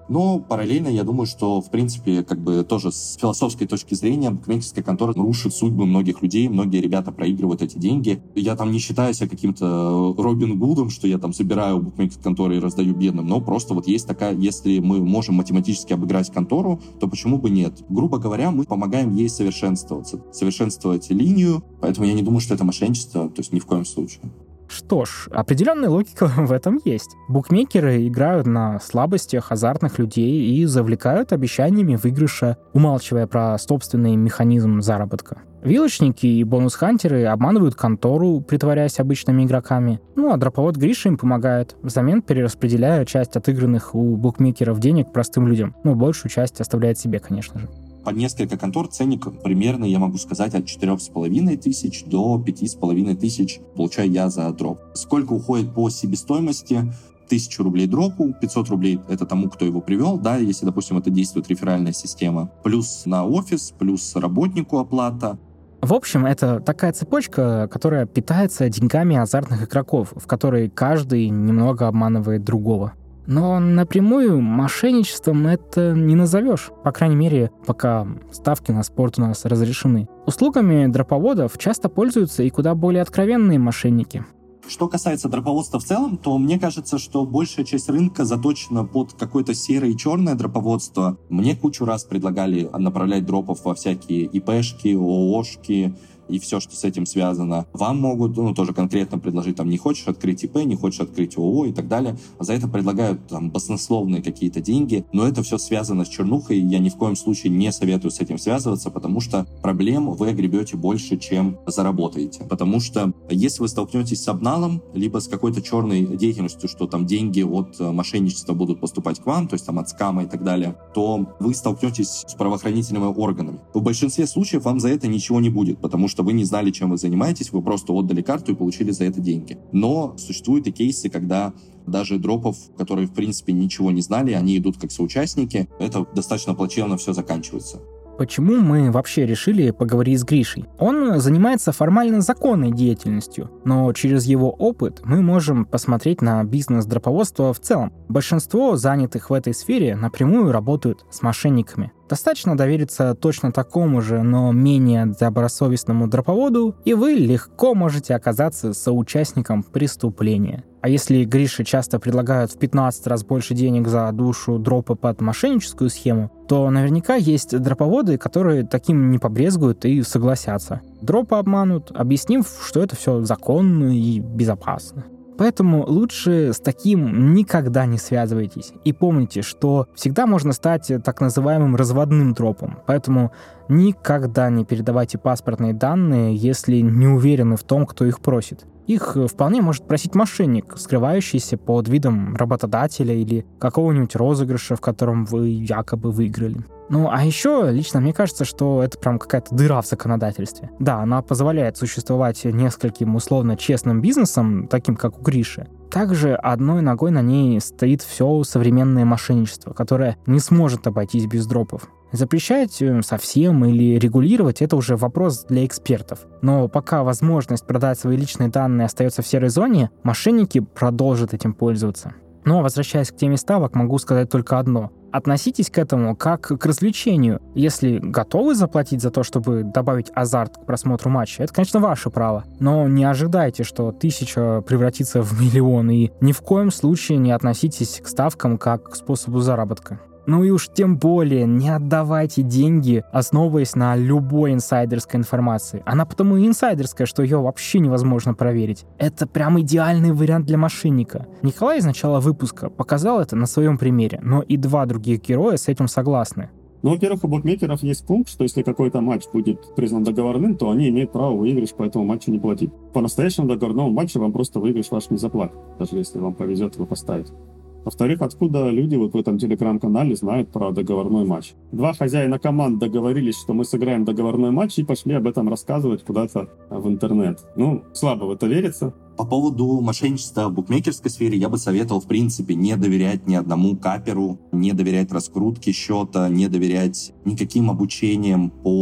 Но параллельно я думаю, что, в принципе, как бы тоже с философской точки зрения букмекерская контора рушит судьбы многих людей, многие ребята проигрывают эти деньги. Я там не считаю себя каким-то Робин Гудом, что я там собираю букмекерские конторы и раздаю бедным, но просто вот есть такая, если мы можем математически обыграть контору, то почему бы нет? Грубо говоря, мы помогаем ей совершенствовать линию, поэтому я не думаю, что это мошенничество, то есть ни в коем случае. Что ж, определенная логика в этом есть. Букмекеры играют на слабостях азартных людей и завлекают обещаниями выигрыша, умалчивая про собственный механизм заработка. Вилочники и бонус-хантеры обманывают контору, притворяясь обычными игроками. Ну а дроповод Гриша им помогает, взамен перераспределяя часть отыгранных у букмекеров денег простым людям. Ну, большую часть оставляет себе, конечно же. Под несколько контор ценник примерно, я могу сказать, от 4,5 тысяч до 5,5 тысяч получаю я за дроп. Сколько уходит по себестоимости? 1000 рублей дропу, 500 рублей это тому, кто его привел, да, если, допустим, это действует реферальная система, плюс на офис, плюс работнику оплата. В общем, это такая цепочка, которая питается деньгами азартных игроков, в которой каждый немного обманывает другого. Но напрямую мошенничеством это не назовешь. По крайней мере, пока ставки на спорт у нас разрешены. Услугами дроповодов часто пользуются и куда более откровенные мошенники. Что касается дроповодства в целом, то мне кажется, что большая часть рынка заточена под какое-то серое и черное дроповодство. Мне кучу раз предлагали направлять дропов во всякие ИПшки, ООшки, и все, что с этим связано. Вам могут, тоже конкретно предложить, там, не хочешь открыть ИП, не хочешь открыть ООО и так далее. За это предлагают, там, баснословные какие-то деньги, но это все связано с чернухой, я ни в коем случае не советую с этим связываться, потому что проблем вы огребете больше, чем заработаете. Потому что если вы столкнетесь с обналом, либо с какой-то черной деятельностью, что там деньги от мошенничества будут поступать к вам, то есть там от скама и так далее, то вы столкнетесь с правоохранительными органами. В большинстве случаев вам за это ничего не будет, потому что вы не знали, чем вы занимаетесь, вы просто отдали карту и получили за это деньги. Но существуют и кейсы, когда даже дропов, которые, в принципе, ничего не знали, они идут как соучастники, это достаточно плачевно все заканчивается. Почему мы вообще решили поговорить с Гришей? Он занимается формально законной деятельностью, но через его опыт мы можем посмотреть на бизнес-дроповодство в целом. Большинство занятых в этой сфере напрямую работают с мошенниками. Достаточно довериться точно такому же, но менее добросовестному дроповоду, и вы легко можете оказаться соучастником преступления. А если Грише часто предлагают в 15 раз больше денег за душу дропа под мошенническую схему, то наверняка есть дроповоды, которые таким не побрезгуют и согласятся. Дропа обманут, объяснив, что это все законно и безопасно. Поэтому лучше с таким никогда не связывайтесь. И помните, что всегда можно стать так называемым разводным дропом. Поэтому никогда не передавайте паспортные данные, если не уверены в том, кто их просит. Их вполне может просить мошенник, скрывающийся под видом работодателя или какого-нибудь розыгрыша, в котором вы якобы выиграли. Ну, а еще лично мне кажется, что это прям какая-то дыра в законодательстве. Да, она позволяет существовать нескольким условно честным бизнесам, таким как у Гриши. Также одной ногой на ней стоит все современное мошенничество, которое не сможет обойтись без дропов. Запрещать совсем или регулировать — это уже вопрос для экспертов. Но пока возможность продать свои личные данные остается в серой зоне, мошенники продолжат этим пользоваться. Но, возвращаясь к теме ставок, могу сказать только одно. Относитесь к этому как к развлечению. Если готовы заплатить за то, чтобы добавить азарт к просмотру матча, это, конечно, ваше право. Но не ожидайте, что 1000 превратится в миллион, и ни в коем случае не относитесь к ставкам как к способу заработка. Ну и уж тем более не отдавайте деньги, основываясь на любой инсайдерской информации. Она потому и инсайдерская, что ее вообще невозможно проверить. Это прям идеальный вариант для мошенника. Николай из начала выпуска показал это на своем примере, но и 2 других героя с этим согласны. Ну, во-первых, у букмекеров есть пункт, что если какой-то матч будет признан договорным, то они имеют право выигрыш по этому матчу не платить. По настоящему договорному матчу вам просто выигрыш ваш не заплатят, даже если вам повезет его поставить. Во-вторых, откуда люди вот в этом телеграм-канале знают про договорной матч? 2 хозяина команд договорились, что мы сыграем договорной матч, и пошли об этом рассказывать куда-то в интернет. Ну, слабо в это верится. По поводу мошенничества в букмекерской сфере я бы советовал, в принципе, не доверять ни одному каперу, не доверять раскрутке счета, не доверять никаким обучениям по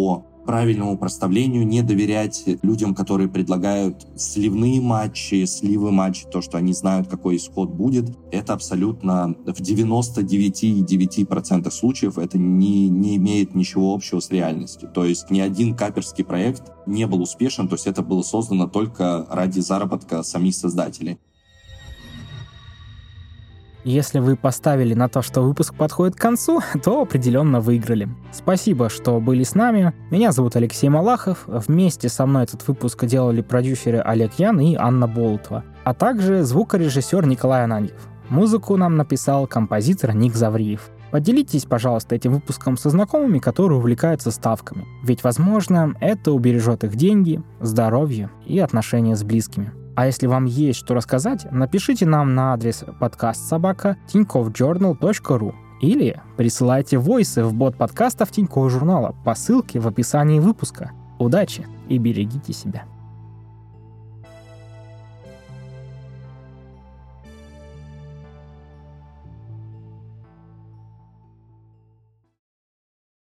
правильному проставлению, не доверять людям, которые предлагают сливные матчи, сливы матчей, то, что они знают, какой исход будет. Это абсолютно в 99,9% случаев это не имеет ничего общего с реальностью. То есть ни один каперский проект не был успешен, то есть это было создано только ради заработка самих создателей. Если вы поставили на то, что выпуск подходит к концу, то определенно выиграли. Спасибо, что были с нами. Меня зовут Алексей Малахов. Вместе со мной этот выпуск делали продюсеры Олег Ян и Анна Болотова, а также звукорежиссер Николай Ананьев. Музыку нам написал композитор Ник Завриев. Поделитесь, пожалуйста, этим выпуском со знакомыми, которые увлекаются ставками. Ведь, возможно, это убережет их деньги, здоровье и отношения с близкими. А если вам есть что рассказать, напишите нам на адрес podcast@tinkoffjournal.ru или присылайте войсы в бот подкастов Тинькофф журнала по ссылке в описании выпуска. Удачи и берегите себя.